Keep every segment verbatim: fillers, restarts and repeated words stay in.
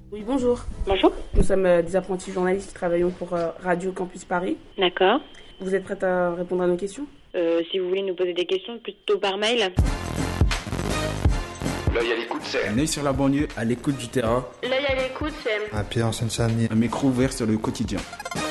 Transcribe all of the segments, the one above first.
Oui, bonjour. Bonjour. Nous sommes euh, des apprentis journalistes qui travaillons pour euh, Radio Campus Paris. D'accord. Vous êtes prête à répondre à nos questions ? Euh, si vous voulez nous poser des questions, plutôt par mail. L'œil à l'écoute, c'est Un œil sur la banlieue, à l'écoute du terrain. L'œil à l'écoute, c'est un pied en Seine-Saint-Denis. Un micro ouvert sur le quotidien.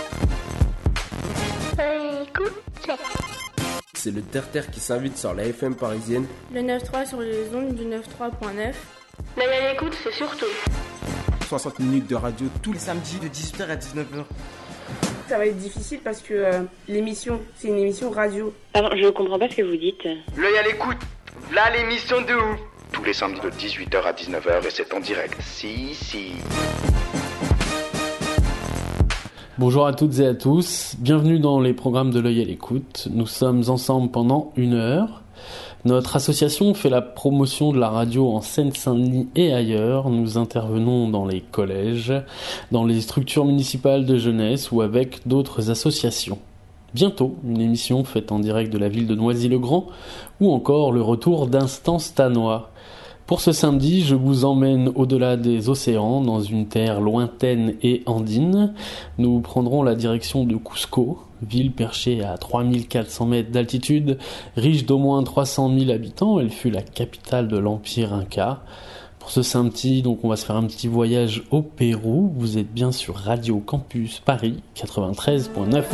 L'œil à l'écoute, c'est C'est le terre-terre qui s'invite sur la F M parisienne. Le neuf trois sur les ondes du neuf-trois point neuf. L'œil à l'écoute, c'est surtout soixante minutes de radio tous les samedis de dix-huit heures à dix-neuf heures. Ça va être difficile parce que euh, l'émission, c'est une émission radio. Pardon, je comprends pas ce que vous dites. L'œil à l'écoute, là l'émission de ouf. tous les samedis de dix-huit heures à dix-neuf heures et c'est en direct. Si, si. Bonjour à toutes et à tous, bienvenue dans les programmes de l'œil à l'écoute. Nous sommes ensemble pendant une heure. Notre association fait la promotion de la radio en Seine-Saint-Denis et ailleurs. Nous intervenons dans les collèges, dans les structures municipales de jeunesse ou avec d'autres associations. Bientôt, une émission faite en direct de la ville de Noisy-le-Grand ou encore le retour d'Instant Stanois. Pour ce samedi, je vous emmène au-delà des océans, dans une terre lointaine et andine. Nous prendrons la direction de Cusco, ville perchée à trois mille quatre cents mètres d'altitude, riche d'au moins trois cent mille habitants. Elle fut la capitale de l'Empire Inca. Pour ce samedi, donc, on va se faire un petit voyage au Pérou. Vous êtes bien sur Radio Campus Paris quatre-vingt-treize point neuf.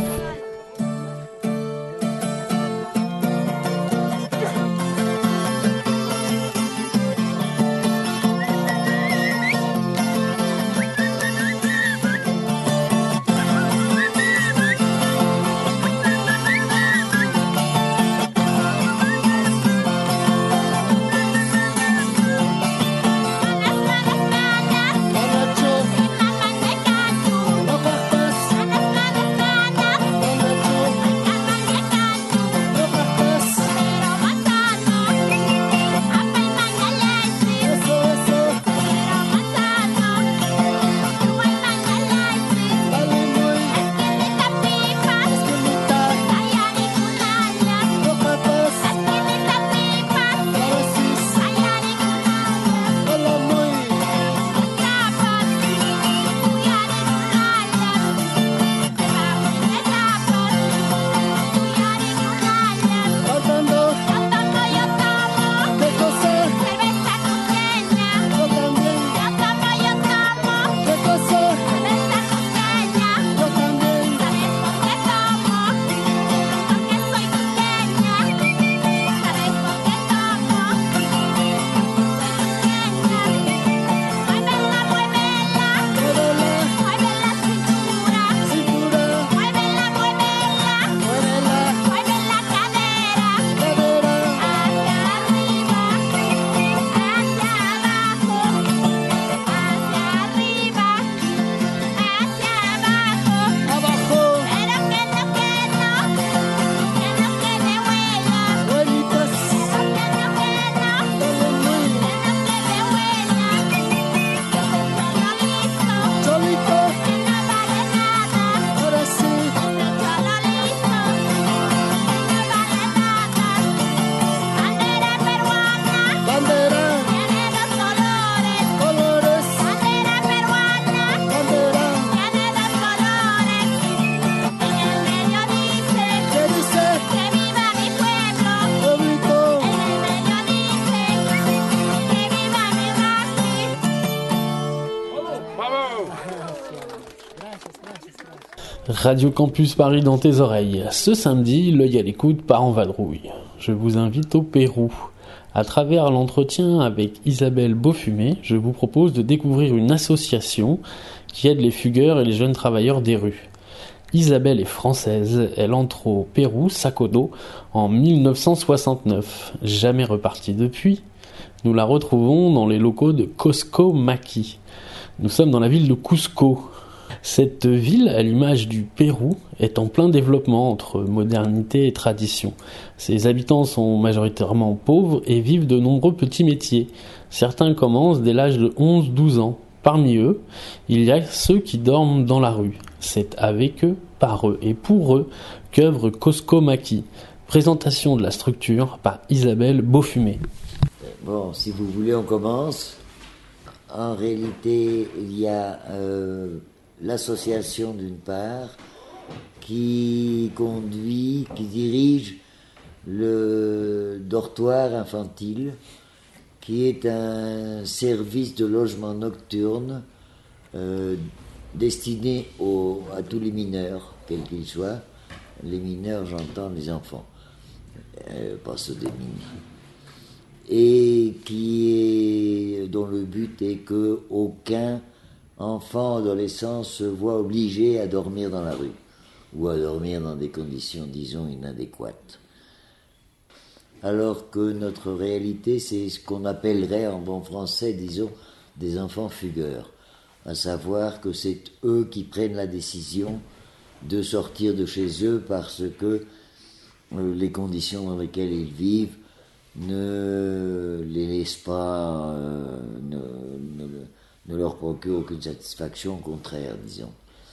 Radio Campus Paris dans tes oreilles. Ce samedi, l'œil à l'écoute part en vadrouille. Je vous invite au Pérou. À travers l'entretien avec Isabelle Beaufumé, je vous propose de découvrir une association qui aide les fugueurs et les jeunes travailleurs des rues. Isabelle est française, elle entre au Pérou, sac au dos, en dix-neuf cent soixante-neuf. Jamais repartie depuis, nous la retrouvons dans les locaux de Cosco Maqui. Nous sommes dans la ville de Cusco. Cette ville, à l'image du Pérou, est en plein développement entre modernité et tradition. Ses habitants sont majoritairement pauvres et vivent de nombreux petits métiers. Certains commencent dès l'âge de onze à douze ans. Parmi eux, il y a ceux qui dorment dans la rue. C'est avec eux, par eux et pour eux qu'œuvre Cosco Maqui. Présentation de la structure par Isabelle Beaufumé. Bon, si vous voulez, on commence. en réalité, il y a euh, l'association d'une part qui conduit, qui dirige le dortoir infantile, qui est un service de logement nocturne euh, destiné aux, à tous les mineurs, quels qu'ils soient. Les mineurs, j'entends les enfants, euh, pas ceux des mineurs. Et qui est, dont le but est que aucun enfant adolescent se voit obligé à dormir dans la rue ou à dormir dans des conditions, disons, inadéquates. Alors que notre réalité, c'est ce qu'on appellerait en bon français, disons, des enfants fugueurs, à savoir que c'est eux qui prennent la décision de sortir de chez eux parce que euh, les conditions dans lesquelles ils vivent ne les laissent pas, euh, ne, ne, ne leur procurent aucune satisfaction, au contraire, disons.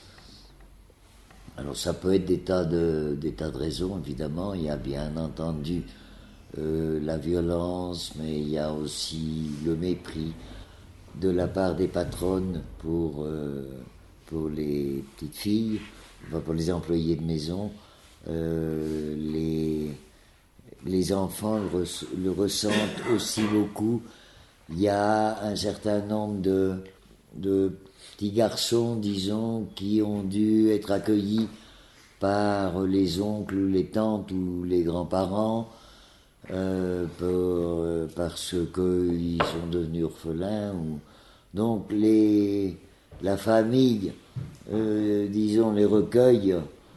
Alors ça peut être des tas de, des tas de raisons, évidemment. Il y a bien entendu euh, la violence, mais il y a aussi le mépris de la part des patronnes pour, euh, pour les petites filles, enfin pour les employés de maison. Euh, les, les enfants le, res, le ressentent aussi beaucoup. Il y a un certain nombre de, de petits garçons, disons, qui ont dû être accueillis par les oncles, les tantes ou les grands-parents euh, pour, euh, parce qu'ils sont devenus orphelins. Ou... Donc les, la famille, euh, disons, les recueille,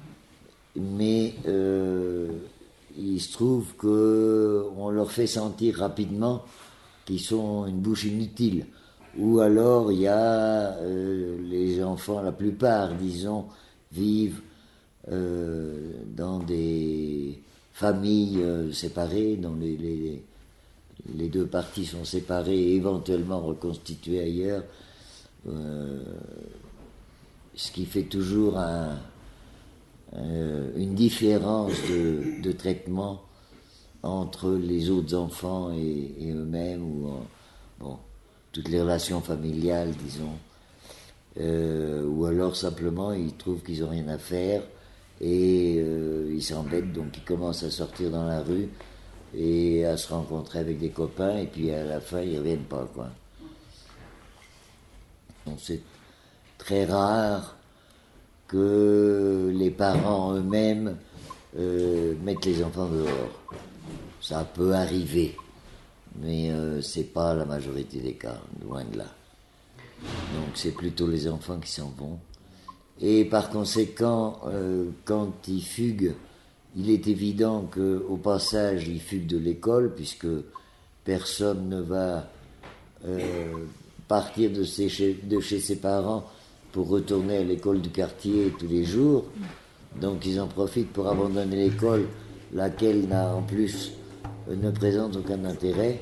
mais euh, il se trouve qu'on leur fait sentir rapidement qu'ils sont une bouche inutile. Ou alors il y a euh, les enfants, la plupart, disons, vivent euh, dans des familles euh, séparées, dont les, les, les deux parties sont séparées et éventuellement reconstituées ailleurs, euh, ce qui fait toujours un, un, une différence de, de traitement entre les autres enfants et, et eux-mêmes, ou en, bon, toutes les relations familiales, disons, euh, ou alors simplement ils trouvent qu'ils n'ont rien à faire et euh, ils s'embêtent, donc ils commencent à sortir dans la rue et à se rencontrer avec des copains, et puis à la fin ils ne reviennent pas, quoi. Donc c'est très rare que les parents eux-mêmes euh, mettent les enfants dehors. Ça peut arriver, mais euh, c'est pas la majorité des cas, loin de là. Donc c'est plutôt les enfants qui s'en vont. Et par conséquent, euh, quand ils fuguent, il est évident qu'au passage, ils fuguent de l'école, puisque personne ne va euh, partir de, ses, de chez ses parents pour retourner à l'école du quartier tous les jours. Donc ils en profitent pour abandonner l'école, laquelle n'a en plus ne présente aucun intérêt.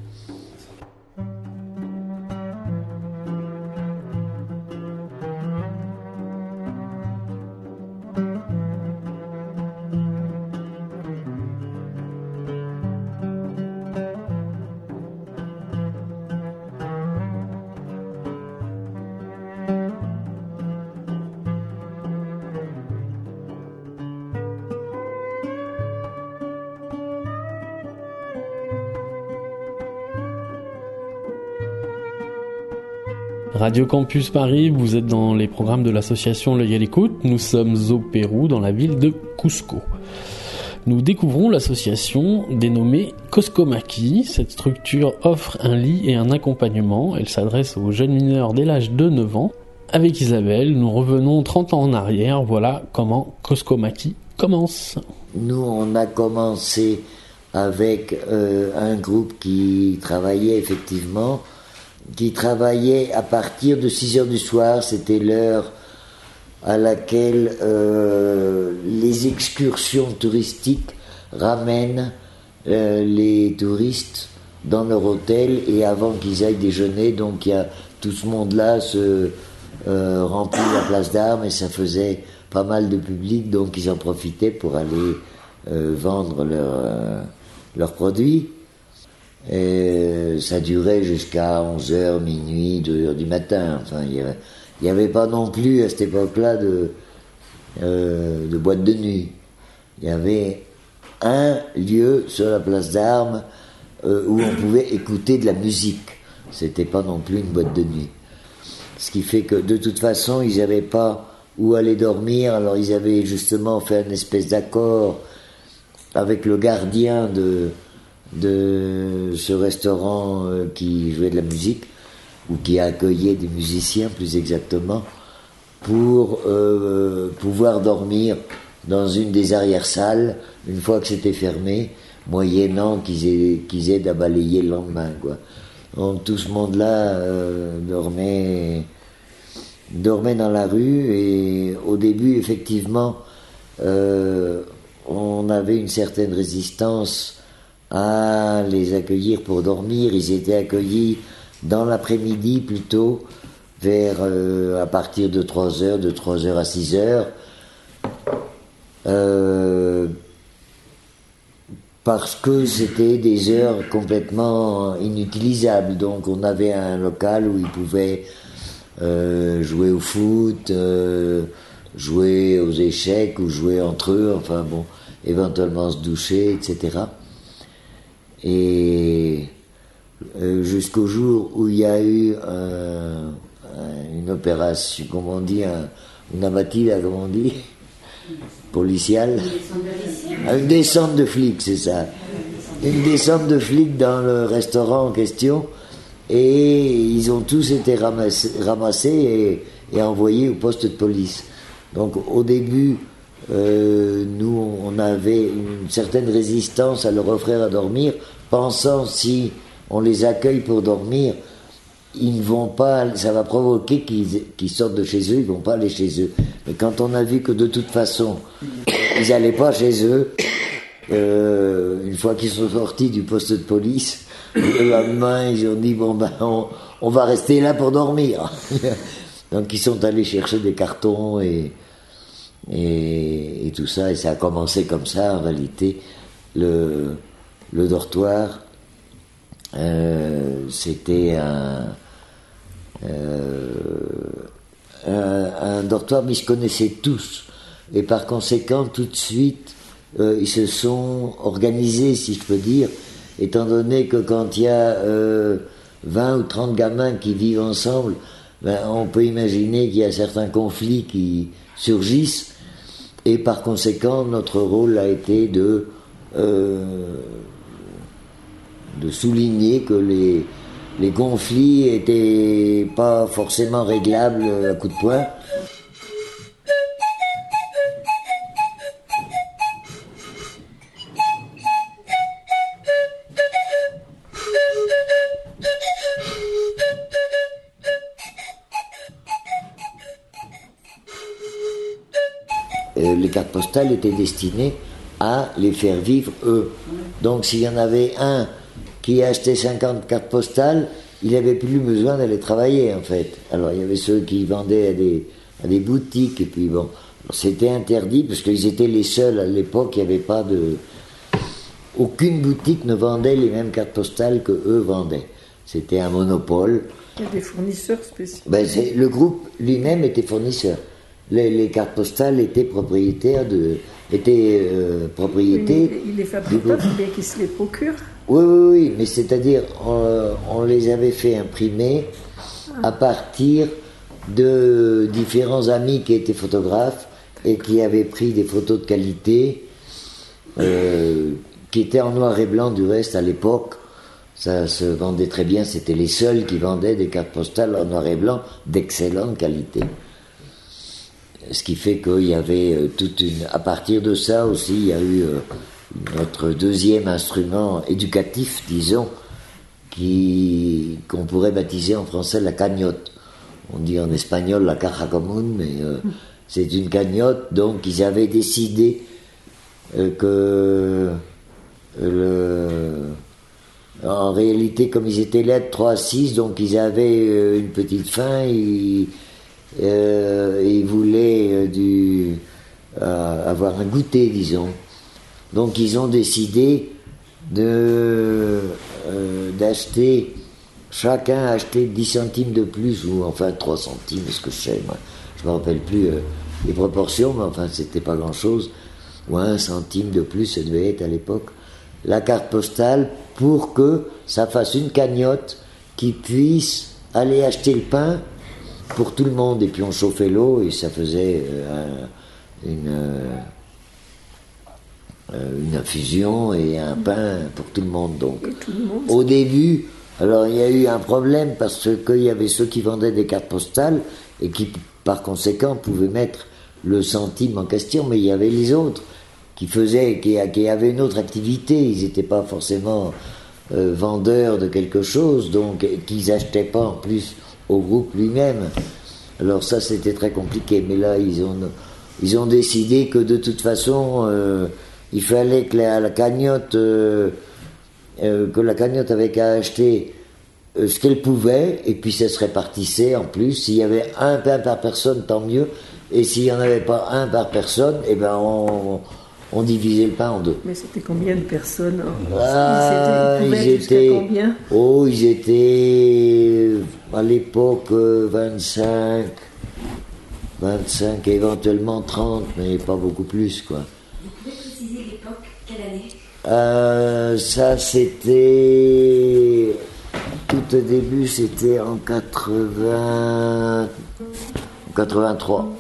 Radio Campus Paris, vous êtes dans les programmes de l'association L'Œil à l'écoute. Nous sommes au Pérou, dans la ville de Cusco. Nous découvrons l'association dénommée Coscomaki. Cette structure offre un lit et un accompagnement. Elle s'adresse aux jeunes mineurs dès l'âge de neuf ans. Avec Isabelle, nous revenons trente ans en arrière. Voilà comment Coscomaki commence. Nous, on a commencé avec euh, un groupe qui travaillait effectivement qui travaillait à partir de six heures du soir. C'était l'heure à laquelle euh, les excursions touristiques ramènent euh, les touristes dans leur hôtel, et avant qu'ils aillent déjeuner, donc il y a tout ce monde-là se euh, remplit la place d'Armes, et ça faisait pas mal de public, donc ils en profitaient pour aller euh, vendre leurs euh, leurs produits. Et ça durait jusqu'à onze heures, minuit, deux heures du matin. Enfin, il n'y avait, avait pas non plus à cette époque-là de, euh, de boîte de nuit. Il y avait un lieu sur la place d'Armes euh, où on pouvait écouter de la musique. C'était pas non plus une boîte de nuit. Ce qui fait que de toute façon, ils n'avaient pas où aller dormir. Alors ils avaient justement fait une espèce d'accord avec le gardien de, de ce restaurant euh, qui jouait de la musique, ou qui accueillait des musiciens plus exactement, pour euh, pouvoir dormir dans une des arrière-salles, une fois que c'était fermé, moyennant qu'ils aient, qu'ils aient à balayer le lendemain, quoi. Donc tout ce monde-là euh, dormait, dormait dans la rue, et au début, effectivement, euh, on avait une certaine résistance à les accueillir pour dormir. Ils étaient accueillis dans l'après-midi plutôt, vers euh, à partir de trois heures, de trois heures à six heures. Euh, parce que c'était des heures complètement inutilisables. Donc on avait un local où ils pouvaient euh, jouer au foot, euh, jouer aux échecs ou jouer entre eux, enfin bon, éventuellement se doucher, et cetera. Et euh, jusqu'au jour où il y a eu un, un, une opération, comment on dit, un, une abatida, comment on dit, policiale, une descente de flics, c'est ça, une descente de flics dans le restaurant en question, et ils ont tous été ramassés, ramassés et, et envoyés au poste de police. Donc au début, euh, nous on avait une certaine résistance à leur offrir à dormir, pensant si on les accueille pour dormir, ils ne vont pas, ça va provoquer qu'ils, qu'ils sortent de chez eux, ils ne vont pas aller chez eux. Mais quand on a vu que de toute façon, ils n'allaient pas chez eux, euh, une fois qu'ils sont sortis du poste de police, le lendemain, ils ont dit, bon ben, on, on va rester là pour dormir. Donc ils sont allés chercher des cartons et, et, et tout ça, et ça a commencé comme ça, en réalité. Le, le dortoir, Euh, c'était un, euh, un, un dortoir, mais ils se connaissaient tous, et par conséquent tout de suite euh, ils se sont organisés, si je peux dire, étant donné que quand il y a euh, vingt ou trente gamins qui vivent ensemble, ben, on peut imaginer qu'il y a certains conflits qui surgissent, et par conséquent notre rôle a été de euh, de souligner que les, les conflits étaient pas forcément réglables à coup de poing. Euh, les cartes postales étaient destinées à les faire vivre eux. Donc s'il y en avait un qui achetait cinquante cartes postales, il n'avait plus besoin d'aller travailler, en fait. Alors, il y avait ceux qui vendaient à des, à des boutiques, et puis bon, c'était interdit, parce qu'ils étaient les seuls à l'époque, il n'y avait pas de... Aucune boutique ne vendait les mêmes cartes postales que eux vendaient. C'était un monopole. Il y a des fournisseurs spécifiques. Ben, c'est, le groupe lui-même était fournisseur. Les, les cartes postales étaient propriétaires de... étaient euh, propriétés... Oui, il les fabrique pas, c'est bien qu'ils se les procurent. Oui, oui, oui, mais c'est-à-dire, on, on les avait fait imprimer à partir de différents amis qui étaient photographes et qui avaient pris des photos de qualité, euh, qui étaient en noir et blanc du reste à l'époque. Ça se vendait très bien, c'était les seuls qui vendaient des cartes postales en noir et blanc d'excellente qualité. Ce qui fait qu'il y avait euh, toute une... À partir de ça aussi, il y a eu... Euh, notre deuxième instrument éducatif, disons, qui, qu'on pourrait baptiser en français la cagnotte. On dit en espagnol la caja común, mais euh, c'est une cagnotte. Donc ils avaient décidé euh, que euh, le, en réalité, comme ils étaient là de trois à six, donc ils avaient euh, une petite faim, ils, euh, ils voulaient euh, du, euh, avoir un goûter, disons. Donc ils ont décidé de, euh, d'acheter, chacun acheter dix centimes de plus, ou enfin trois centimes, ce que je sais, moi. Je ne me rappelle plus euh, les proportions, mais enfin, c'était pas grand-chose. Ou un centime de plus, ça devait être à l'époque, la carte postale, pour que ça fasse une cagnotte qui puisse aller acheter le pain pour tout le monde. Et puis on chauffait l'eau et ça faisait euh, un, une, euh, une infusion et un pain pour tout le monde. Donc, tout le monde, au début, alors il y a eu un problème parce qu'il y avait ceux qui vendaient des cartes postales et qui, par conséquent, pouvaient mettre le centime en question, mais il y avait les autres qui faisaient, qui, qui avaient une autre activité. Ils n'étaient pas forcément euh, vendeurs de quelque chose, donc qu'ils n'achetaient pas en plus au groupe lui-même. Alors ça, c'était très compliqué. Mais là, ils ont, ils ont décidé que de toute façon, euh, il fallait que la, la cagnotte, euh, euh, que la cagnotte avait qu'à acheter euh, ce qu'elle pouvait, et puis ça se répartissait en plus. S'il y avait un pain par personne, tant mieux. Et s'il n'y en avait pas un par personne, eh ben on, on divisait le pain en deux. Mais c'était combien de personnes? Ah, ils étaient, ils ils étaient, combien? Oh, ils étaient à l'époque vingt-cinq, vingt-cinq, éventuellement trente, mais pas beaucoup plus, quoi. Vous pouvez préciser l'époque, quelle année? euh, Ça, c'était... Tout au début, c'était en quatre-vingts... quatre-vingt-trois.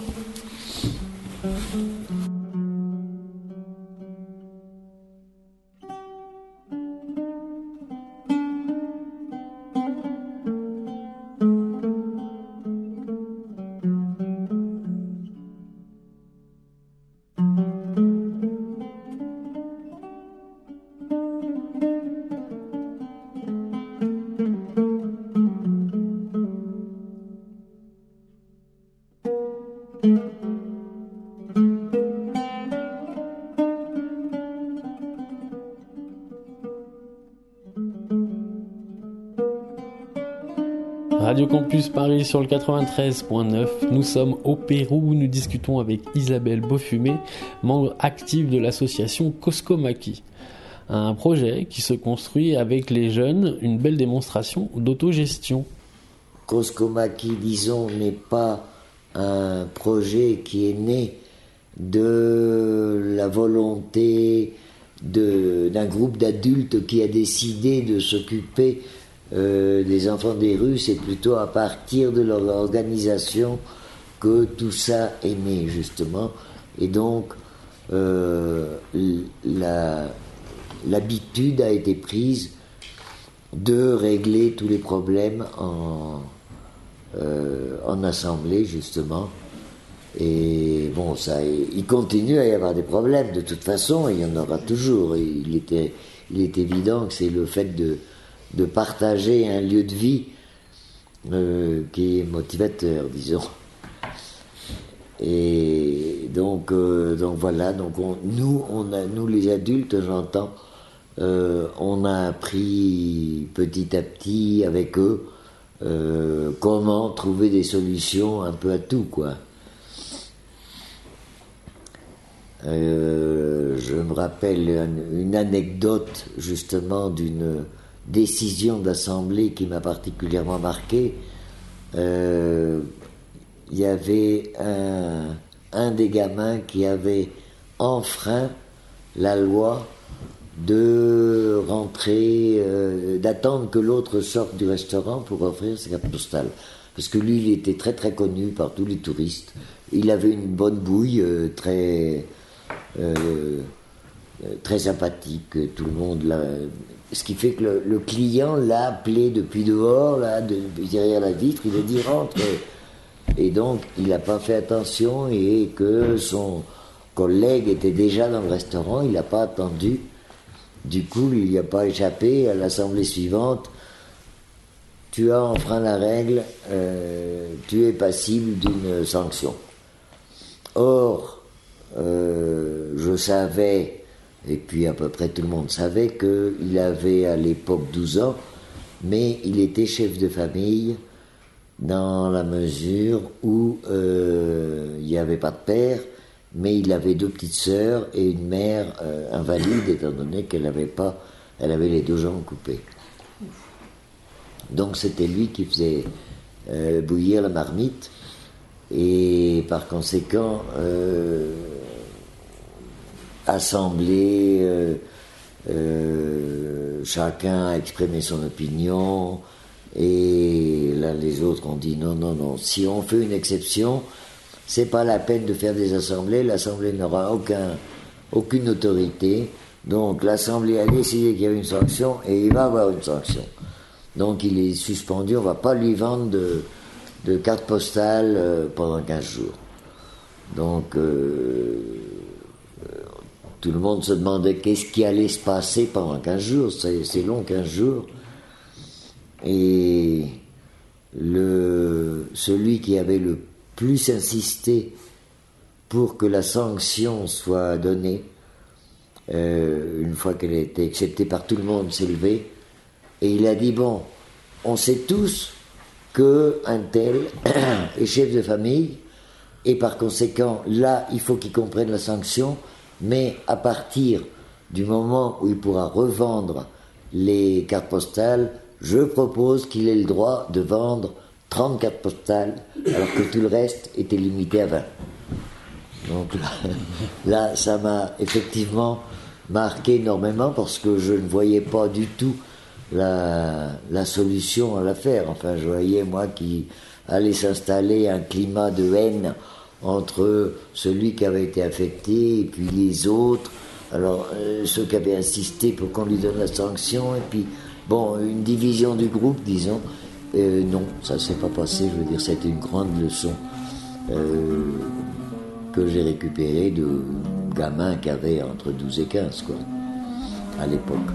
Radio Campus Paris sur le quatre-vingt-treize point neuf. Nous sommes au Pérou. Nous discutons avec Isabelle Beaufumé, membre active de l'association Coscomaki. Un projet qui se construit avec les jeunes, une belle démonstration d'autogestion. Coscomaki, disons, n'est pas un projet qui est né de la volonté de, d'un groupe d'adultes qui a décidé de s'occuper Euh, des enfants des rues. C'est plutôt à partir de leur organisation que tout ça est né, justement. Et donc, euh, la, l'habitude a été prise de régler tous les problèmes en, euh, en assemblée, justement. Et bon, ça, il continue à y avoir des problèmes, de toute façon, il y en aura toujours. Il était, il est évident que c'est le fait de de partager un lieu de vie euh, qui est motivateur, disons. Et donc, euh, donc voilà, donc on, nous, on a, nous les adultes, j'entends, euh, on a appris petit à petit avec eux euh, comment trouver des solutions un peu à tout, quoi. Euh, je me rappelle une, une anecdote justement d'une décision d'assemblée qui m'a particulièrement marqué. Euh, il y avait un, un des gamins qui avait enfreint la loi de rentrer, euh, d'attendre que l'autre sorte du restaurant pour offrir sa carte postale. Parce que lui, il était très très connu par tous les touristes. Il avait une bonne bouille, euh, très, euh, très sympathique, tout le monde l'a... Ce qui fait que le, le client l'a appelé depuis dehors, là, de, derrière la vitre, il a dit rentre. Et donc, il n'a pas fait attention et que son collègue était déjà dans le restaurant, il n'a pas attendu. Du coup, il n'y a pas échappé. À l'assemblée suivante, tu as enfreint la règle, euh, tu es passible d'une sanction. Or, euh, je savais... Et puis à peu près tout le monde savait qu'il avait à l'époque douze ans, mais il était chef de famille dans la mesure où euh, il n'y avait pas de père, mais il avait deux petites sœurs et une mère euh, invalide, étant donné qu'elle n'avait pas Elle avait les deux jambes coupées. Donc c'était lui qui faisait euh, bouillir la marmite, et par conséquent euh, assembler, euh, euh, chacun a exprimé son opinion, et là les autres ont dit non, non, non, si on fait une exception, c'est pas la peine de faire des assemblées, l'assemblée n'aura aucun, aucune autorité, donc l'assemblée a décidé qu'il y avait une sanction, et il va avoir une sanction. Donc il est suspendu, on ne va pas lui vendre de, de carte postale euh, pendant quinze jours. Donc euh, tout le monde se demandait qu'est-ce qui allait se passer pendant quinze jours, c'est, c'est long quinze jours. Et le, celui qui avait le plus insisté pour que la sanction soit donnée, euh, une fois qu'elle a été acceptée par tout le monde, s'est levé. Et il a dit, bon, on sait tous qu'un tel est chef de famille, et par conséquent, là, il faut qu'il comprenne la sanction, mais à partir du moment où il pourra revendre les cartes postales, je propose qu'il ait le droit de vendre trente cartes postales, alors que tout le reste était limité à vingt. Donc là, là ça m'a effectivement marqué énormément, parce que je ne voyais pas du tout La, la solution à l'affaire. Enfin, je voyais, moi, qui allait s'installer un climat de haine entre celui qui avait été affecté et puis les autres. Alors, euh, ceux qui avaient insisté pour qu'on lui donne la sanction, et puis, bon, une division du groupe, disons. Euh, non, ça ne s'est pas passé. Je veux dire, c'était une grande leçon euh, que j'ai récupérée de gamins qui avaient entre douze et quinze, quoi, à l'époque.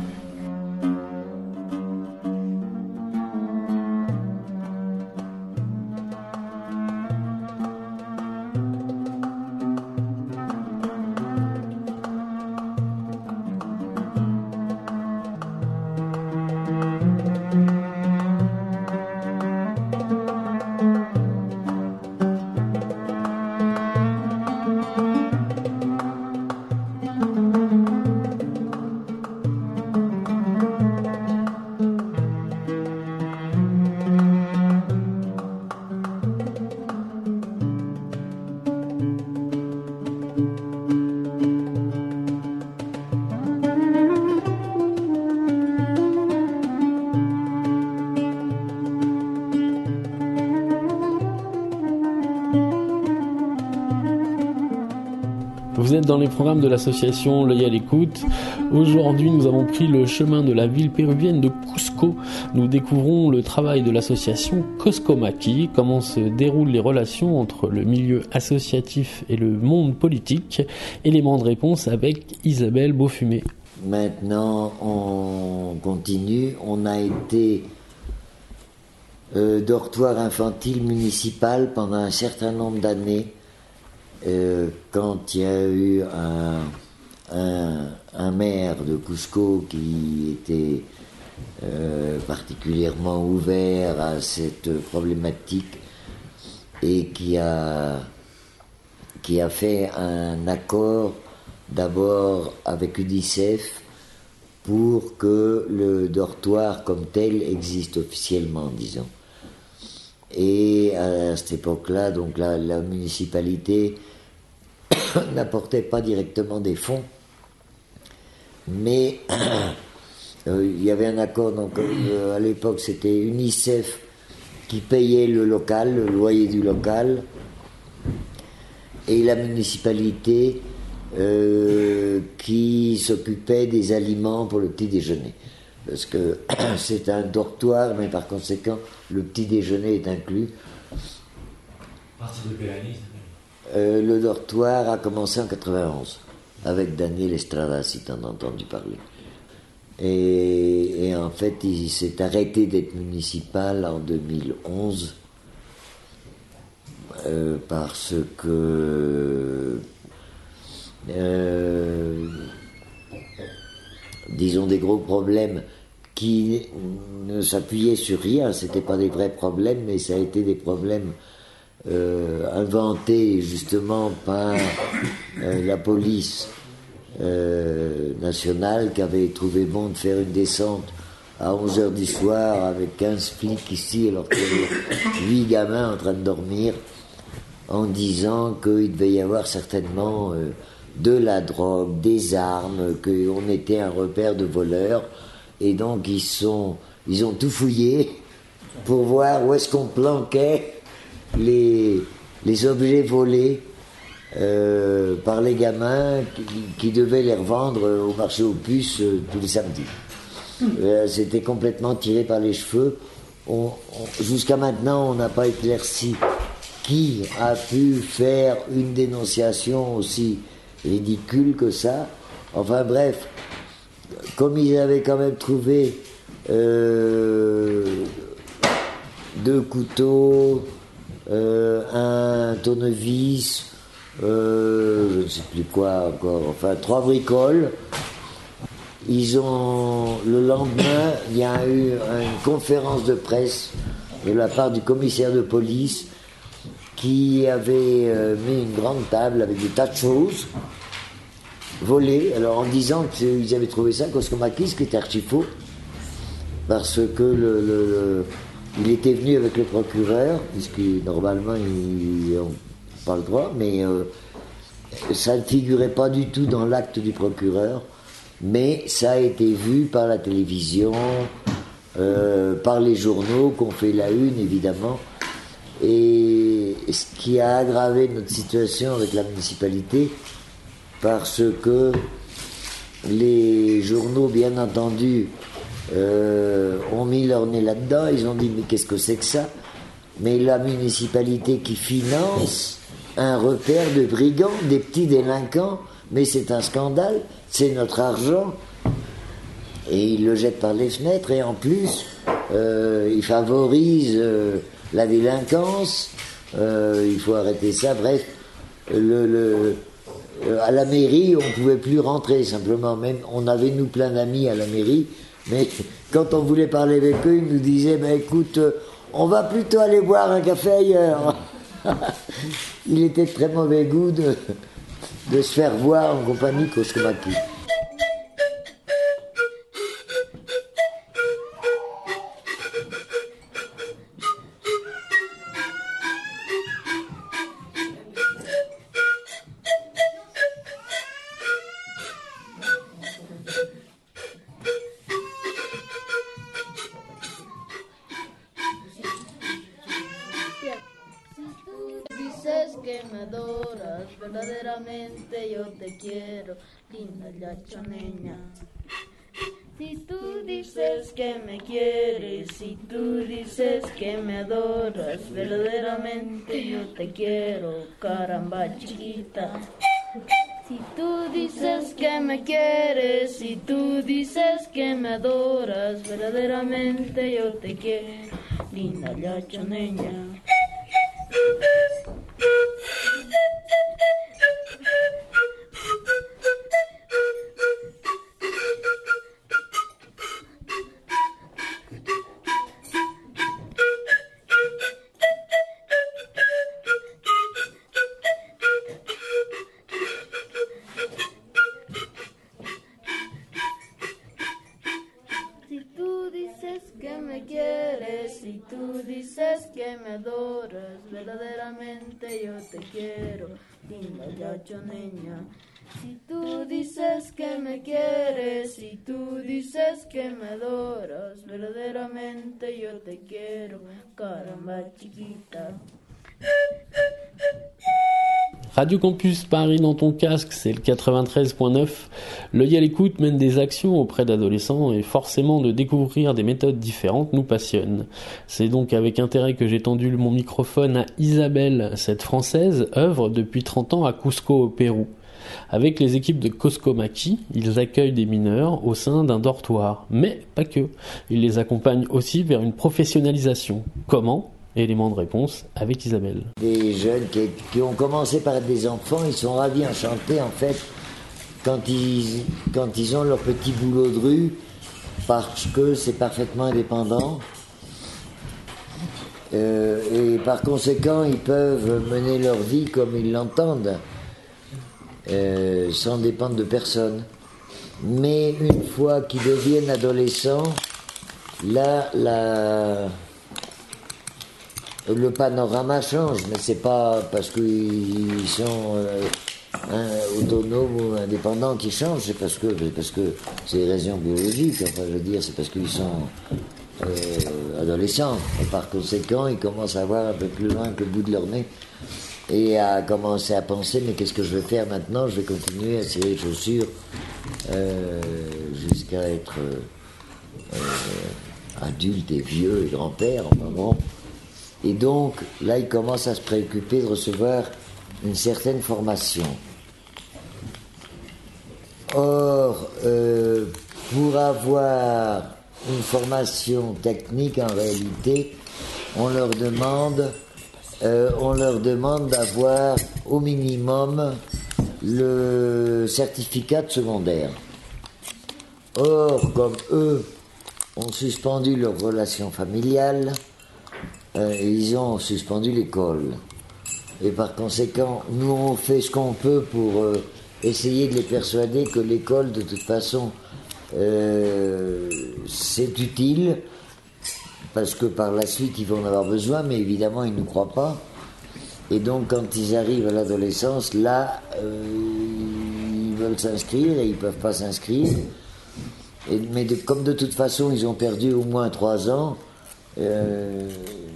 Vous êtes dans les programmes de l'association L'œil à l'écoute. Aujourd'hui, nous avons pris le chemin de la ville péruvienne de Cusco. Nous découvrons le travail de l'association Coscomaki, comment se déroulent les relations entre le milieu associatif et le monde politique. Élément de réponse avec Isabelle Beaufumé. Maintenant, on continue. On a été euh, dortoir infantile municipal pendant un certain nombre d'années. Euh, quand il y a eu un, un, un maire de Cusco qui était euh, particulièrement ouvert à cette problématique et qui a, qui a fait un accord d'abord avec U N I C E F pour que le dortoir comme tel existe officiellement, disons. Et à cette époque-là, donc la, la municipalité n'apportait pas directement des fonds, mais euh, il y avait un accord, donc euh, à l'époque c'était U N I C E F qui payait le local, le loyer du local, et la municipalité euh, qui s'occupait des aliments pour le petit déjeuner. Parce que c'est un dortoir, mais par conséquent, le petit déjeuner est inclus. À partir de quelle année? euh, Le dortoir a commencé en quatre-vingt-onze, avec Daniel Estrada, si tu en as entendu parler. Et, et en fait, il s'est arrêté d'être municipal en deux mille onze, euh, parce que... Euh, disons des gros problèmes qui ne s'appuyaient sur rien, c'était pas des vrais problèmes, mais ça a été des problèmes euh, inventés justement par euh, la police euh, nationale qui avait trouvé bon de faire une descente à onze heures du soir avec quinze flics ici alors qu'il y avait huit gamins en train de dormir, en disant qu'il devait y avoir certainement euh, de la drogue, des armes, qu'on était un repère de voleurs, et donc ils, sont, ils ont tout fouillé pour voir où est-ce qu'on planquait les, les objets volés euh, par les gamins qui, qui devaient les revendre au marché aux puces euh, tous les samedis. Euh, c'était complètement tiré par les cheveux. On, on, jusqu'à maintenant, on n'a pas éclairci qui a pu faire une dénonciation aussi ridicule que ça. Enfin bref, comme ils avaient quand même trouvé euh, deux couteaux, euh, un tournevis, euh, je ne sais plus quoi encore, enfin trois bricoles. Ils ont, le lendemain, il y a eu une conférence de presse de la part du commissaire de police qui avait euh, mis une grande table avec des tas de choses volées, alors en disant qu'ils avaient trouvé ça à Koskomaki, ce qui était archi faux, parce que le, le, le, il était venu avec le procureur, puisque normalement ils n'ont pas le droit, mais euh, ça ne figurait pas du tout dans l'acte du procureur, mais ça a été vu par la télévision, euh, par les journaux qui ont fait la une évidemment, et ce qui a aggravé notre situation avec la municipalité, parce que les journaux, bien entendu, euh, ont mis leur nez là-dedans, ils ont dit mais qu'est-ce que c'est que ça? Mais la municipalité qui finance un repère de brigands, des petits délinquants, mais c'est un scandale, c'est notre argent, et ils le jettent par les fenêtres, et en plus, euh, ils favorisent euh, la délinquance, euh, il faut arrêter ça, bref, le, le, euh, à la mairie, on ne pouvait plus rentrer, simplement, même, on avait nous plein d'amis à la mairie, mais quand on voulait parler avec eux, ils nous disaient, ben écoute, euh, on va plutôt aller boire un café ailleurs. Il était de très mauvais goût de, de se faire voir en compagnie Koskomaki. Verdaderamente yo te quiero, linda yachoneña. Si tú dices que me quieres, si tú dices que me adoras, verdaderamente yo te quiero, caramba chiquita. Si tú dices que me quieres, si tú dices que me adoras, verdaderamente yo te quiero, linda yachoneña. Verdaderamente yo te quiero, linda yachoneña. Si tú dices que me quieres, si tú dices que me adoras, verdaderamente yo te quiero, caramba chiquita. Radio Campus Paris dans ton casque, c'est le quatre-vingt-treize point neuf. L'œil à l'écoute mène des actions auprès d'adolescents et forcément de découvrir des méthodes différentes nous passionne. C'est donc avec intérêt que j'ai tendu mon microphone à Isabelle, cette Française œuvre depuis trente ans à Cusco au Pérou. Avec les équipes de Koskomaki, ils accueillent des mineurs au sein d'un dortoir, mais pas que. Ils les accompagnent aussi vers une professionnalisation. Comment ? Élément de réponse avec Isabelle. Des jeunes qui, qui ont commencé par être des enfants, ils sont ravis, enchantés en fait, quand ils, quand ils ont leur petit boulot de rue, parce que c'est parfaitement indépendant. Euh, et par conséquent, ils peuvent mener leur vie comme ils l'entendent. euh, sans dépendre de personne. Mais une fois qu'ils deviennent adolescents, là, la... le panorama change, mais c'est pas parce qu'ils sont euh, hein, autonomes ou indépendants qu'ils changent, c'est parce que parce que c'est des raisons biologiques. Enfin, je veux dire, c'est parce qu'ils sont euh, adolescents. Et par conséquent, ils commencent à voir un peu plus loin que le bout de leur nez et à commencer à penser, mais qu'est-ce que je vais faire maintenant? Je vais continuer à cirer les chaussures euh, jusqu'à être euh, euh, adulte et vieux et grand-père. Enfin bon. Et donc, là, ils commencent à se préoccuper de recevoir une certaine formation. Or, euh, pour avoir une formation technique, en réalité, on leur demande, euh, on leur demande d'avoir au minimum le certificat de secondaire. Or, comme eux ont suspendu leur relation familiale, euh, ils ont suspendu l'école. Et par conséquent, nous on fait ce qu'on peut pour euh, essayer de les persuader que l'école, de toute façon, euh, c'est utile, parce que par la suite ils vont en avoir besoin, mais évidemment ils ne croient pas. Et donc quand ils arrivent à l'adolescence, là, euh, ils veulent s'inscrire et ils ne peuvent pas s'inscrire. Et, mais de, comme de toute façon ils ont perdu au moins trois ans, euh,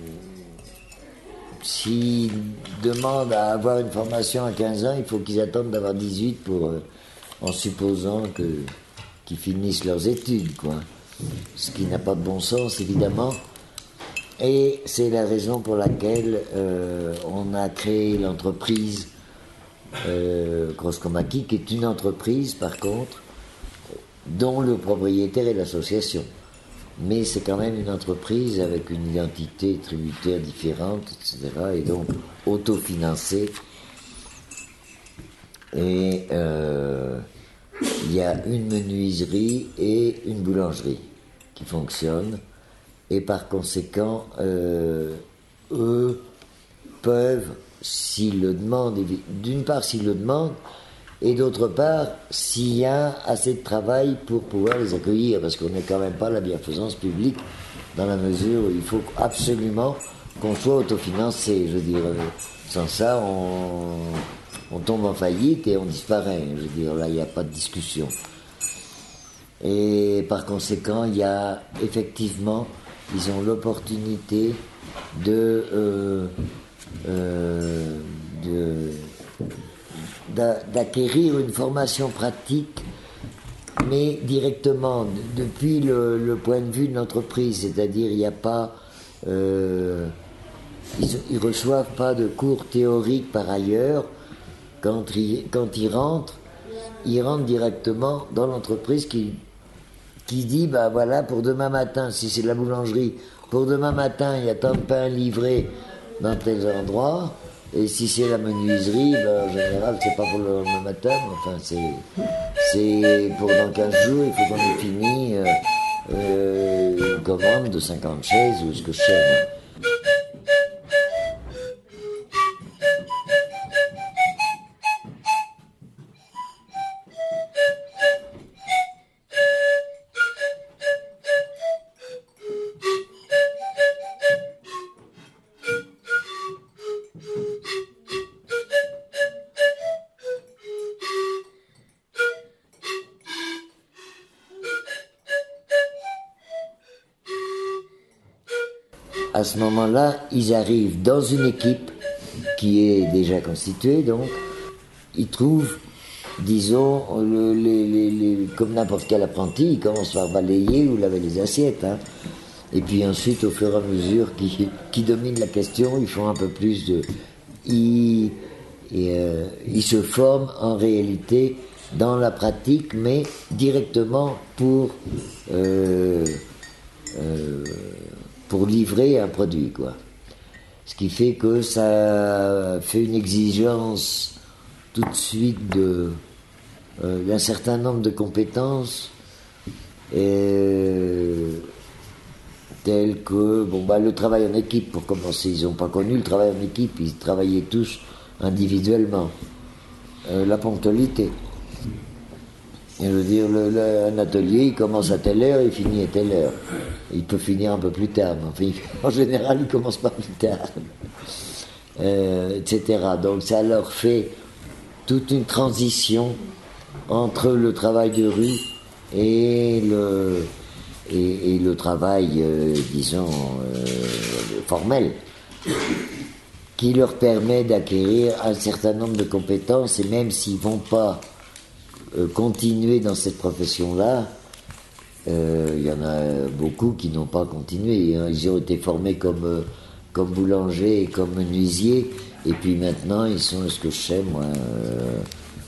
s'ils demandent à avoir une formation à quinze ans, il faut qu'ils attendent d'avoir dix-huit pour, euh, en supposant que, qu'ils finissent leurs études, quoi. Ce qui n'a pas de bon sens, évidemment. Et c'est la raison pour laquelle euh, on a créé l'entreprise euh, Grosskomaki, qui est une entreprise, par contre, dont le propriétaire est l'association. Mais c'est quand même une entreprise avec une identité tributaire différente, et cetera, et donc autofinancée. Et euh, il y a une menuiserie et une boulangerie qui fonctionnent. Et par conséquent, euh, eux peuvent, s'ils le demandent, d'une part s'ils le demandent, et d'autre part, s'il y a assez de travail pour pouvoir les accueillir, parce qu'on n'est quand même pas la bienfaisance publique, dans la mesure où il faut absolument qu'on soit autofinancé. Je veux dire, sans ça, on, on tombe en faillite et on disparaît. Je veux dire, là, il n'y a pas de discussion. Et par conséquent, il y a effectivement, ils ont l'opportunité de... Euh, euh, de d'acquérir une formation pratique, mais directement, depuis le, le point de vue de l'entreprise, c'est-à-dire il n'y a pas... Euh, ils ne reçoivent pas de cours théoriques par ailleurs. Quand ils, quand ils rentrent, ils rentrent directement dans l'entreprise qui, qui dit, ben voilà, pour demain matin, si c'est la boulangerie, pour demain matin, il y a tant de pain livré dans tel endroit. Et si c'est la menuiserie, ben, en général, c'est pas pour le lendemain matin, enfin, c'est, c'est pour dans quinze jours, il faut qu'on ait fini euh, euh, une commande de cinquante chaises ou ce que je sais. Moi. À ce moment-là, ils arrivent dans une équipe qui est déjà constituée, donc ils trouvent, disons, le, les, les, les, comme n'importe quel apprenti, ils commencent par balayer ou laver les assiettes. Hein. Et puis ensuite, au fur et à mesure qu'ils qui dominent la question, ils font un peu plus de... Ils, et, euh, ils se forment en réalité dans la pratique, mais directement pour... Euh, euh, pour livrer un produit, quoi. Ce qui fait que ça fait une exigence tout de suite de, euh, d'un certain nombre de compétences, et, telles que bon, bah, le travail en équipe, pour commencer. Ils n'ont pas connu le travail en équipe, ils travaillaient tous individuellement. euh, la ponctualité. Et je veux dire, le, le, un atelier, il commence à telle heure, il finit à telle heure. Il peut finir un peu plus tard, mais enfin, il, en général, il commence pas plus tard, euh, et cetera. Donc ça leur fait toute une transition entre le travail de rue et le, et, et le travail, euh, disons, euh, formel, qui leur permet d'acquérir un certain nombre de compétences, et même s'ils ne vont pas euh, continuer dans cette profession-là, il euh, y en a beaucoup qui n'ont pas continué. Hein. Ils ont été formés comme, euh, comme boulangers et comme menuisiers, et puis maintenant ils sont, ce que je sais, moi, euh,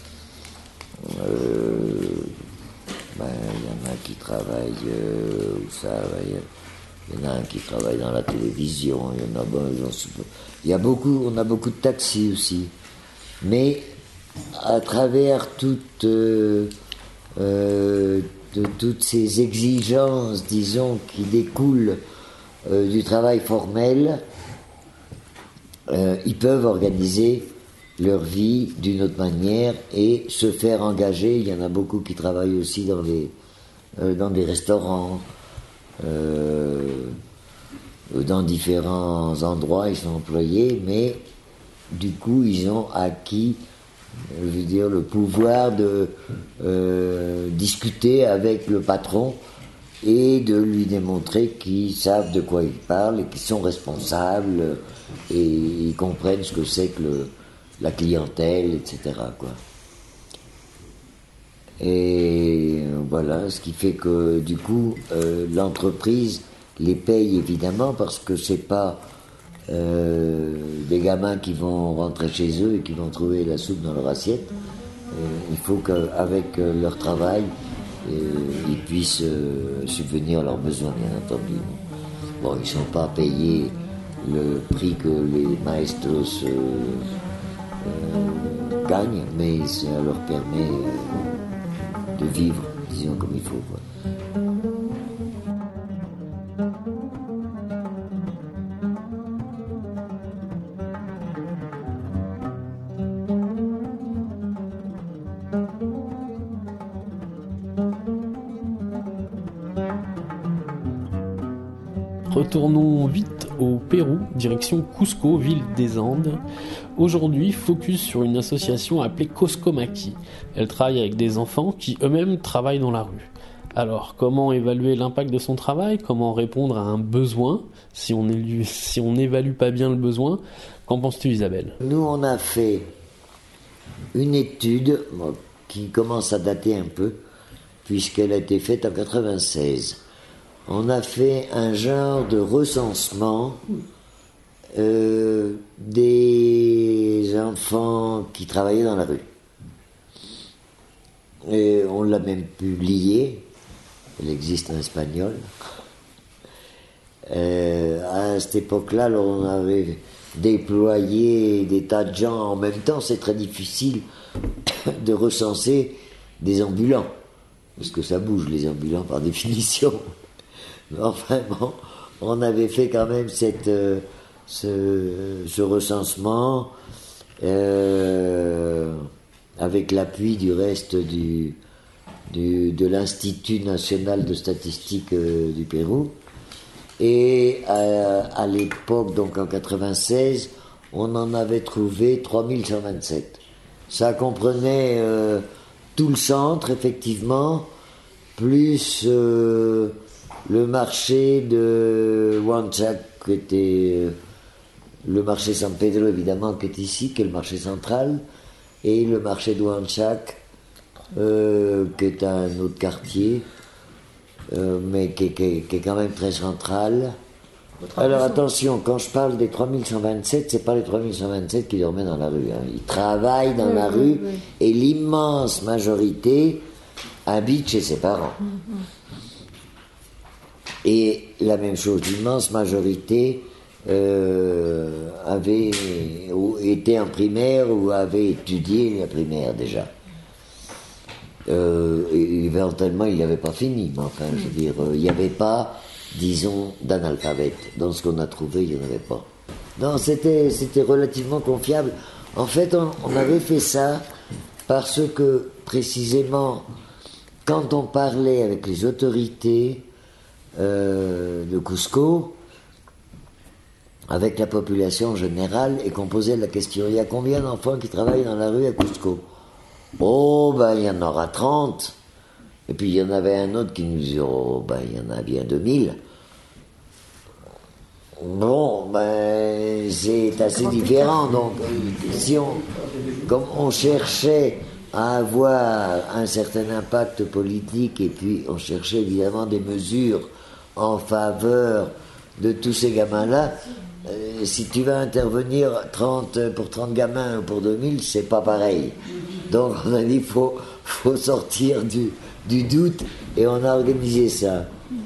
euh, ben, y en a qui travaillent, euh, où ça, il y en a un qui travaille dans la télévision, il y en a, bon, il y a beaucoup, on a beaucoup de taxis aussi, mais à travers toutes, euh, euh, de toutes ces exigences, disons, qui découlent euh, du travail formel, euh, ils peuvent organiser leur vie d'une autre manière et se faire engager. Il y en a beaucoup qui travaillent aussi dans des, euh, dans des restaurants, euh, dans différents endroits, ils sont employés, mais du coup, ils ont acquis, je veux dire, le pouvoir de euh, discuter avec le patron et de lui démontrer qu'ils savent de quoi ils parlent et qu'ils sont responsables et ils comprennent ce que c'est que le, la clientèle, et cetera, quoi. Et voilà, ce qui fait que du coup, euh, l'entreprise les paye évidemment, parce que c'est pas euh, des gamins qui vont rentrer chez eux et qui vont trouver la soupe dans leur assiette. Euh, il faut qu'avec leur travail, euh, ils puissent euh, subvenir à leurs besoins, bien entendu. Bon, ils ne sont pas payés le prix que les maestros euh, euh, gagnent, mais ça leur permet euh, de vivre, disons, comme il faut, quoi. Retournons vite au Pérou, direction Cusco, ville des Andes. Aujourd'hui, focus sur une association appelée Coscomaki. Elle travaille avec des enfants qui eux-mêmes travaillent dans la rue. Alors, comment évaluer l'impact de son travail? Comment répondre à un besoin si on élu, si on n'évalue pas bien le besoin? Qu'en penses-tu, Isabelle? Nous, on a fait une étude bon, qui commence à dater un peu, puisqu'elle a été faite en quatre-vingt-seize. On a fait un genre de recensement euh, des enfants qui travaillaient dans la rue. Et on l'a même publié, elle existe en espagnol. Euh, à cette époque-là, alors on avait déployé des tas de gens en même temps. C'est très difficile de recenser des ambulants, parce que ça bouge les ambulants par définition. Mais enfin bon, on avait fait quand même cette, euh, ce, ce recensement euh, avec l'appui du reste du, du, de l'Institut national de statistique euh, du Pérou. Et à, à l'époque, donc en quatre-vingt-seize, on en avait trouvé trois mille cent vingt-sept. Ça comprenait euh, tout le centre, effectivement, plus euh, le marché de Huanchac, qui était euh, le marché San Pedro, évidemment, qui est ici, qui est le marché central, et le marché de Huanchac, euh, qui est un autre quartier, euh, mais qui, qui, qui est quand même très central. Alors attention, quand je parle des trois mille cent vingt-sept, c'est pas les trois mille cent vingt-sept qui dormaient dans la rue. Hein. Ils travaillent dans mmh, la rue, mmh. Et l'immense majorité habite chez ses parents. Mmh. Et la même chose, l'immense majorité euh, avait été en primaire ou avait étudié la primaire déjà. Euh, et éventuellement, il n'avait pas fini, mais enfin, je veux dire, euh, il n'y avait pas, disons, d'analphabète. Dans ce qu'on a trouvé, il n'y en avait pas. Non, c'était, c'était relativement confiable. En fait, on, on avait fait ça parce que, précisément, quand on parlait avec les autorités euh, de Cusco, avec la population générale, et qu'on posait la question, il y a combien d'enfants qui travaillent dans la rue à Cusco? Oh, ben, il y en aura trente. Et puis, il y en avait un autre qui nous disait, oh, ben, il y en a bien deux mille. Bon, ben, c'est assez différent. Donc, si on, comme on cherchait à avoir un certain impact politique, et puis on cherchait évidemment des mesures en faveur de tous ces gamins-là, euh, si tu vas intervenir trente, pour trente gamins ou pour deux mille, c'est pas pareil. Donc on a dit il faut, faut sortir du, du doute, et on a organisé ça.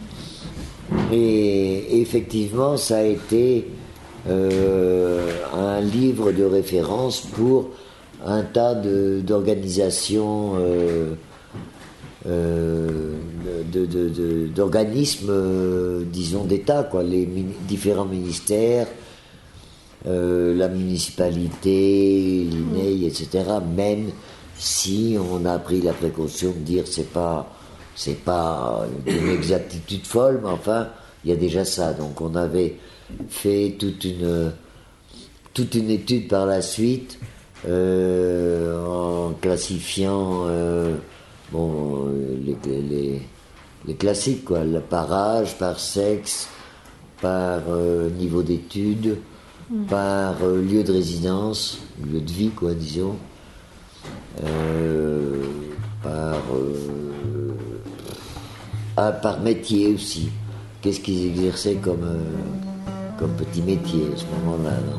Et effectivement, ça a été euh, un livre de référence pour un tas de, d'organisations, euh, euh, de, de, de, d'organismes, euh, disons, d'État, quoi, les mini- différents ministères, euh, la municipalité, l'I N E I, et cetera. Même si on a pris la précaution de dire c'est pas, c'est pas une exactitude folle, mais enfin, il y a déjà ça. Donc on avait fait toute une, toute une étude par la suite. Euh, en classifiant euh, bon, les, les, les classiques, quoi, par âge, par sexe, par euh, niveau d'études, mmh. par euh, lieu de résidence, lieu de vie, quoi, disons, euh, par, euh, ah, par métier aussi. Qu'est-ce qu'ils exerçaient comme, euh, comme petit métier à ce moment-là, non?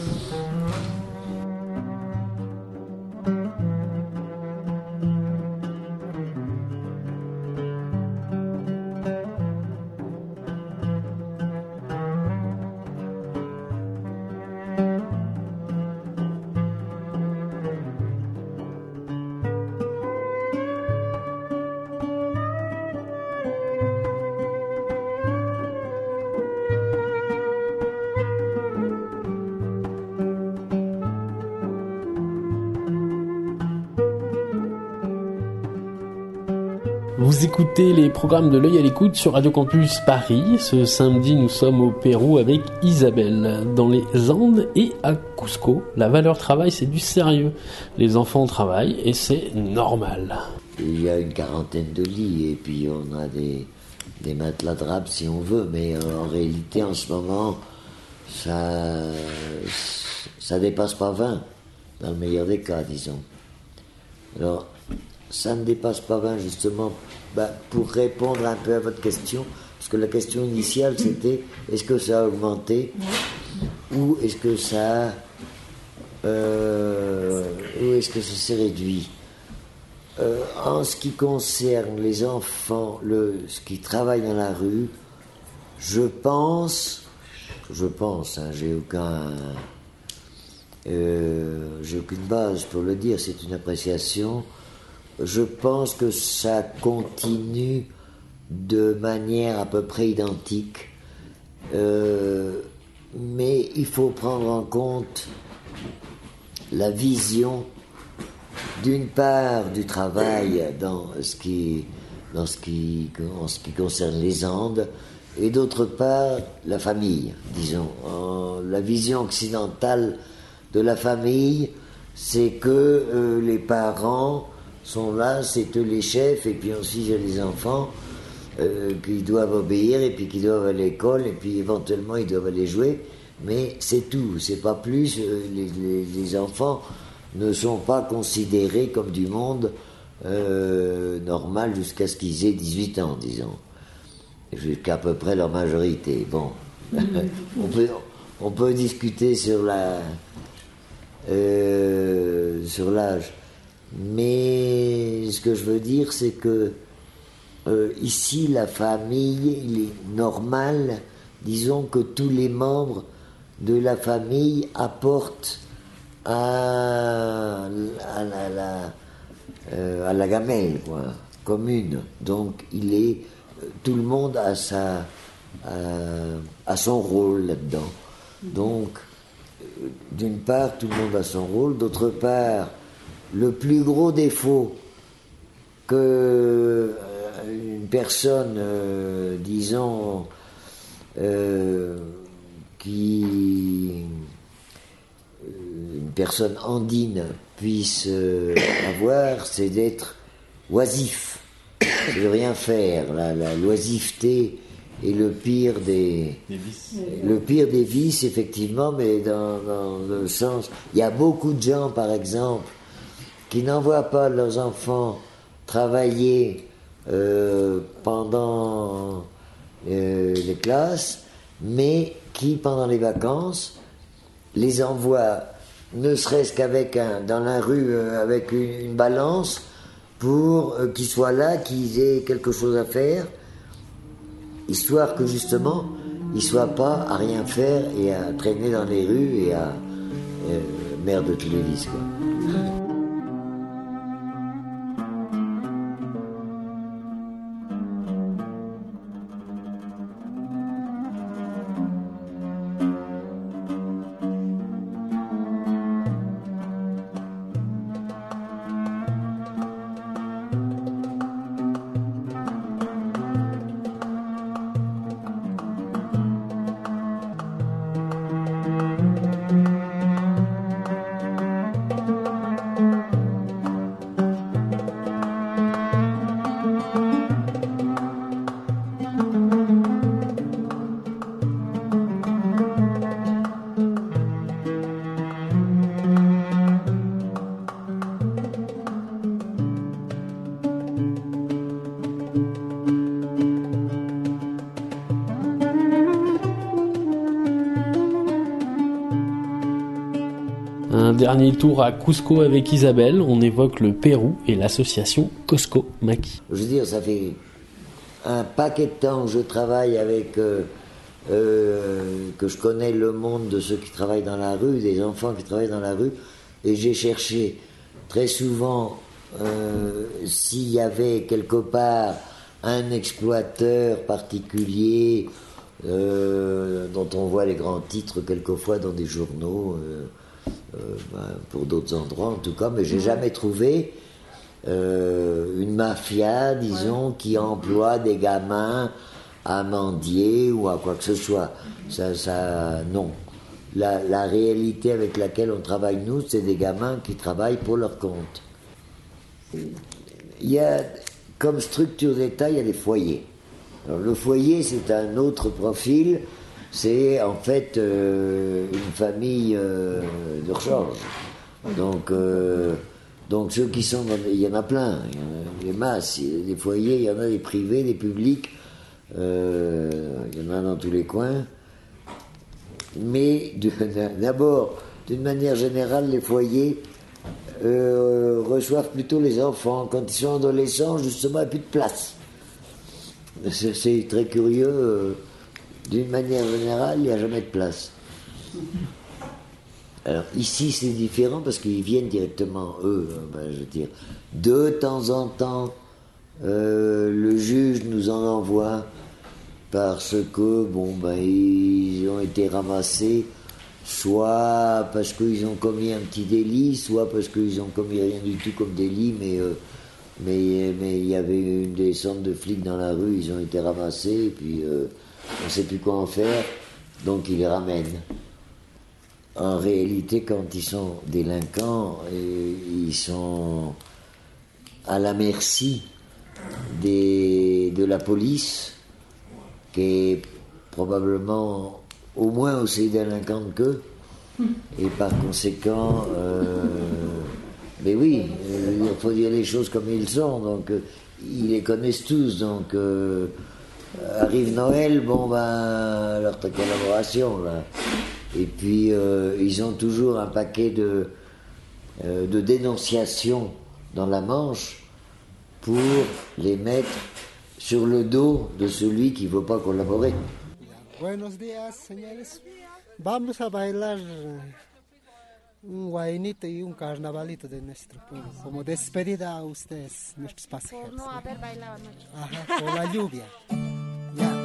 Vous écoutez les programmes de l'œil à l'écoute sur Radio Campus Paris. Ce samedi, nous sommes au Pérou avec Isabelle. Dans les Andes et à Cusco, la valeur travail, c'est du sérieux. Les enfants travaillent et c'est normal. Il y a une quarantaine de lits et puis on a des, des matelas draps si on veut, mais euh, en réalité, en ce moment, ça ça dépasse pas vingt, dans le meilleur des cas, disons. Alors, ça ne dépasse pas vingt, justement, ben, pour répondre un peu à votre question, parce que la question initiale, c'était est-ce que ça a augmenté ou est-ce que ça euh, ou est-ce que ça s'est réduit. Euh, en ce qui concerne les enfants, le, ce qui travaillent dans la rue, je pense, je pense, hein, j'ai aucun, euh, j'ai aucune base pour le dire, c'est une appréciation. Je pense que ça continue de manière à peu près identique, euh, mais il faut prendre en compte la vision d'une part du travail dans ce qui, dans ce qui, en ce qui concerne les Andes, et d'autre part la famille, disons. En, la vision occidentale de la famille, c'est que euh, les parents sont là, c'est eux les chefs, et puis ensuite il y a les enfants euh, qui doivent obéir, et puis qui doivent aller à l'école, et puis éventuellement ils doivent aller jouer, mais c'est tout, c'est pas plus. Euh, les, les, les enfants ne sont pas considérés comme du monde euh, normal jusqu'à ce qu'ils aient dix-huit ans, disons, jusqu'à à peu près leur majorité. Bon, on peut, on peut discuter sur la euh, sur l'âge. Mais ce que je veux dire, c'est que euh, ici, la famille, il est normal, disons, que tous les membres de la famille apportent à, à, la, la, euh, à la gamelle, quoi, commune. Donc, il est, tout le monde a, sa, a, a son rôle là-dedans. Donc, d'une part, tout le monde a son rôle, d'autre part, le plus gros défaut que euh, une personne, euh, disons, euh, qui une personne andine puisse euh, avoir, c'est d'être oisif, c'est de rien faire. La, la l'oisiveté est le pire des, des vices. Le pire des vices, effectivement, mais dans, dans le sens, il y a beaucoup de gens, par exemple, qui n'envoient pas leurs enfants travailler euh, pendant euh, les classes, mais qui, pendant les vacances, les envoient, ne serait-ce qu'avec un, dans la rue, euh, avec une, une balance, pour euh, qu'ils soient là, qu'ils aient quelque chose à faire, histoire que justement, ils ne soient pas à rien faire et à traîner dans les rues et à euh, mère de tous les vices, quoi. Un dernier tour à Cusco avec Isabelle, on évoque le Pérou et l'association Cosco Maki. Je veux dire, ça fait un paquet de temps que je travaille avec, euh, euh, que je connais le monde de ceux qui travaillent dans la rue, des enfants qui travaillent dans la rue, et j'ai cherché très souvent euh, s'il y avait quelque part un exploiteur particulier euh, dont on voit les grands titres quelquefois dans des journaux, euh, euh, ben, pour d'autres endroits en tout cas, mais j'ai jamais trouvé euh, une mafia, disons, qui emploie des gamins à mendier ou à quoi que ce soit. Ça, ça, non. La, la réalité avec laquelle on travaille, nous, c'est des gamins qui travaillent pour leur compte. Il y a, comme structure d'État, il y a des foyers. Alors, le foyer, c'est un autre profil. C'est en fait euh, une famille euh, de rechange. Donc, euh, donc ceux qui sont dans, il y en a plein, il y en a des masses, il y a des foyers, il y en a des privés, des publics, euh, il y en a dans tous les coins. Mais de, d'abord, d'une manière générale, les foyers euh, reçoivent plutôt les enfants. Quand ils sont adolescents, justement, il n'y a plus de place. C'est, c'est très curieux. Euh, d'une manière générale, il n'y a jamais de place. Alors ici, c'est différent parce qu'ils viennent directement, eux, ben, je veux dire. De temps en temps, euh, le juge nous en envoie parce que, bon, ben, ils ont été ramassés, soit parce qu'ils ont commis un petit délit, soit parce qu'ils ont commis rien du tout comme délit, mais euh, mais mais il y avait une descente de flics dans la rue, ils ont été ramassés, et puis euh, on ne sait plus quoi en faire, donc ils les ramènent. En réalité, quand ils sont délinquants, ils sont à la merci des, de la police, qui est probablement au moins aussi délinquante qu'eux, et par conséquent, euh, mais oui, il faut dire les choses comme ils sont, donc euh, ils les connaissent tous, donc euh, arrive Noël, bon ben, leur collaboration là. Et puis euh, ils ont toujours un paquet de, euh, de dénonciations dans la manche pour les mettre sur le dos de celui qui ne veut pas collaborer. Buenos días, señores. Vamos a bailar un guainito y un carnavalito de nuestro pueblo, como despedida a ustedes, nuestros pasajeros. Por no haber bailado anoche. Ajá, por la lluvia. Ya.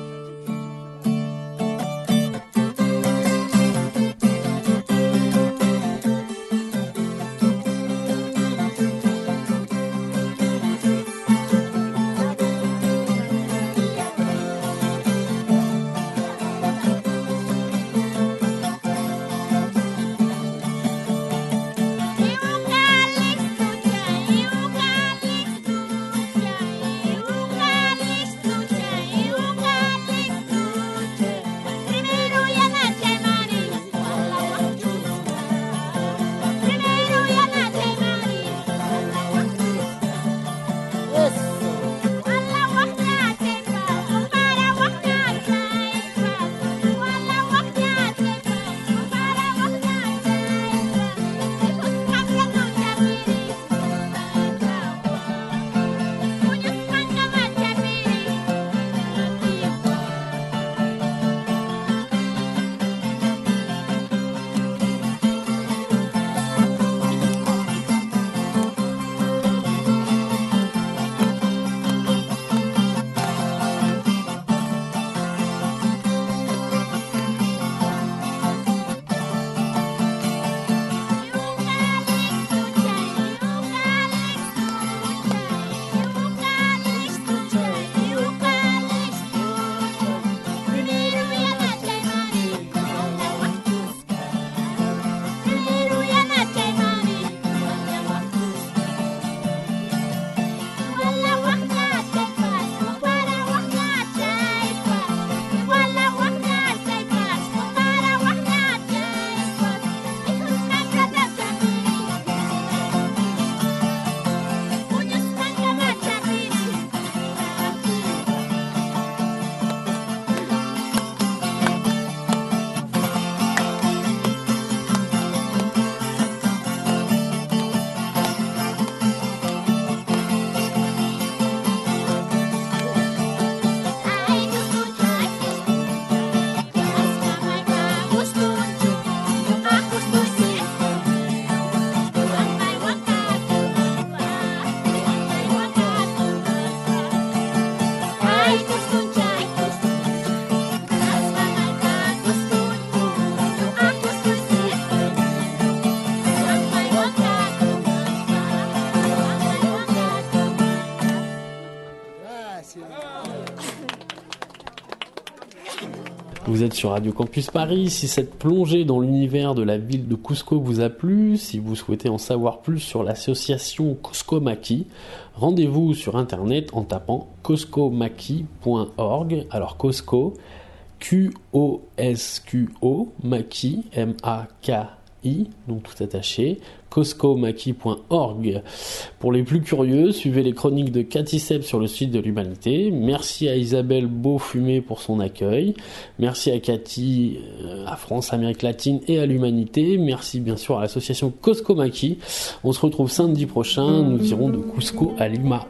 Vous êtes sur Radio Campus Paris. Si cette plongée dans l'univers de la ville de Cusco vous a plu, si vous souhaitez en savoir plus sur l'association Cusco Maquis, rendez-vous sur internet en tapant cusco maquis point org. Alors Cusco, Q O S Q O, Maquis, M A K I, donc tout attaché, cusco maquis point org. Pour les plus curieux, suivez les chroniques de Cathy Seb sur le site de l'Humanité. Merci à Isabelle Beaufumé pour son accueil. Merci à Cathy, à France Amérique Latine et à l'Humanité. Merci bien sûr à l'association Cusco Maquis. On se retrouve samedi prochain. Nous irons de Cusco à Lima.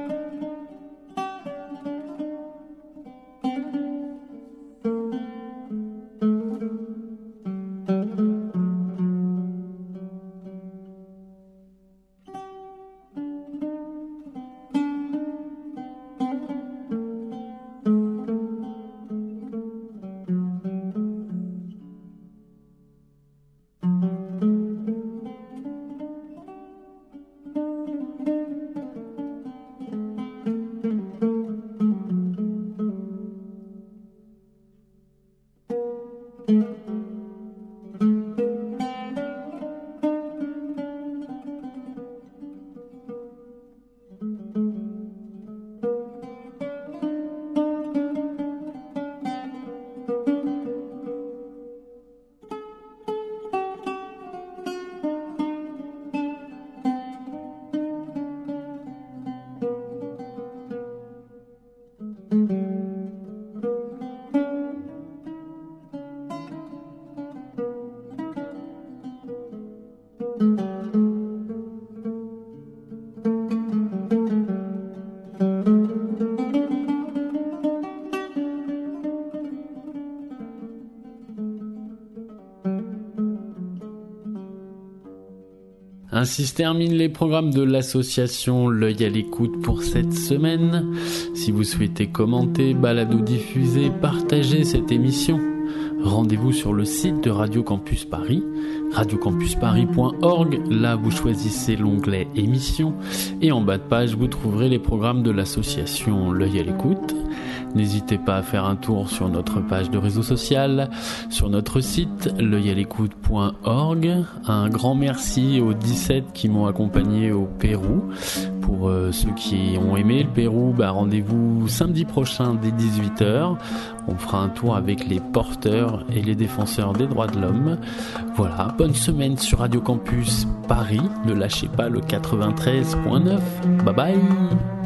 Ainsi se terminent les programmes de l'association L'œil à l'écoute pour cette semaine. Si vous souhaitez commenter, balado-diffuser, partager cette émission, rendez-vous sur le site de Radio Campus Paris, radio campus paris point org. Là, vous choisissez l'onglet émissions et en bas de page, vous trouverez les programmes de l'association L'œil à l'écoute. N'hésitez pas à faire un tour sur notre page de réseau social, sur notre site l'œil à l'écoute point org. Un grand merci aux dix-sept qui m'ont accompagné au Pérou. Pour euh, ceux qui ont aimé le Pérou, bah, rendez-vous samedi prochain dès dix-huit heures. On fera un tour avec les porteurs et les défenseurs des droits de l'homme. Voilà, bonne semaine sur Radio Campus Paris. Ne lâchez pas le quatre-vingt-treize neuf. Bye bye.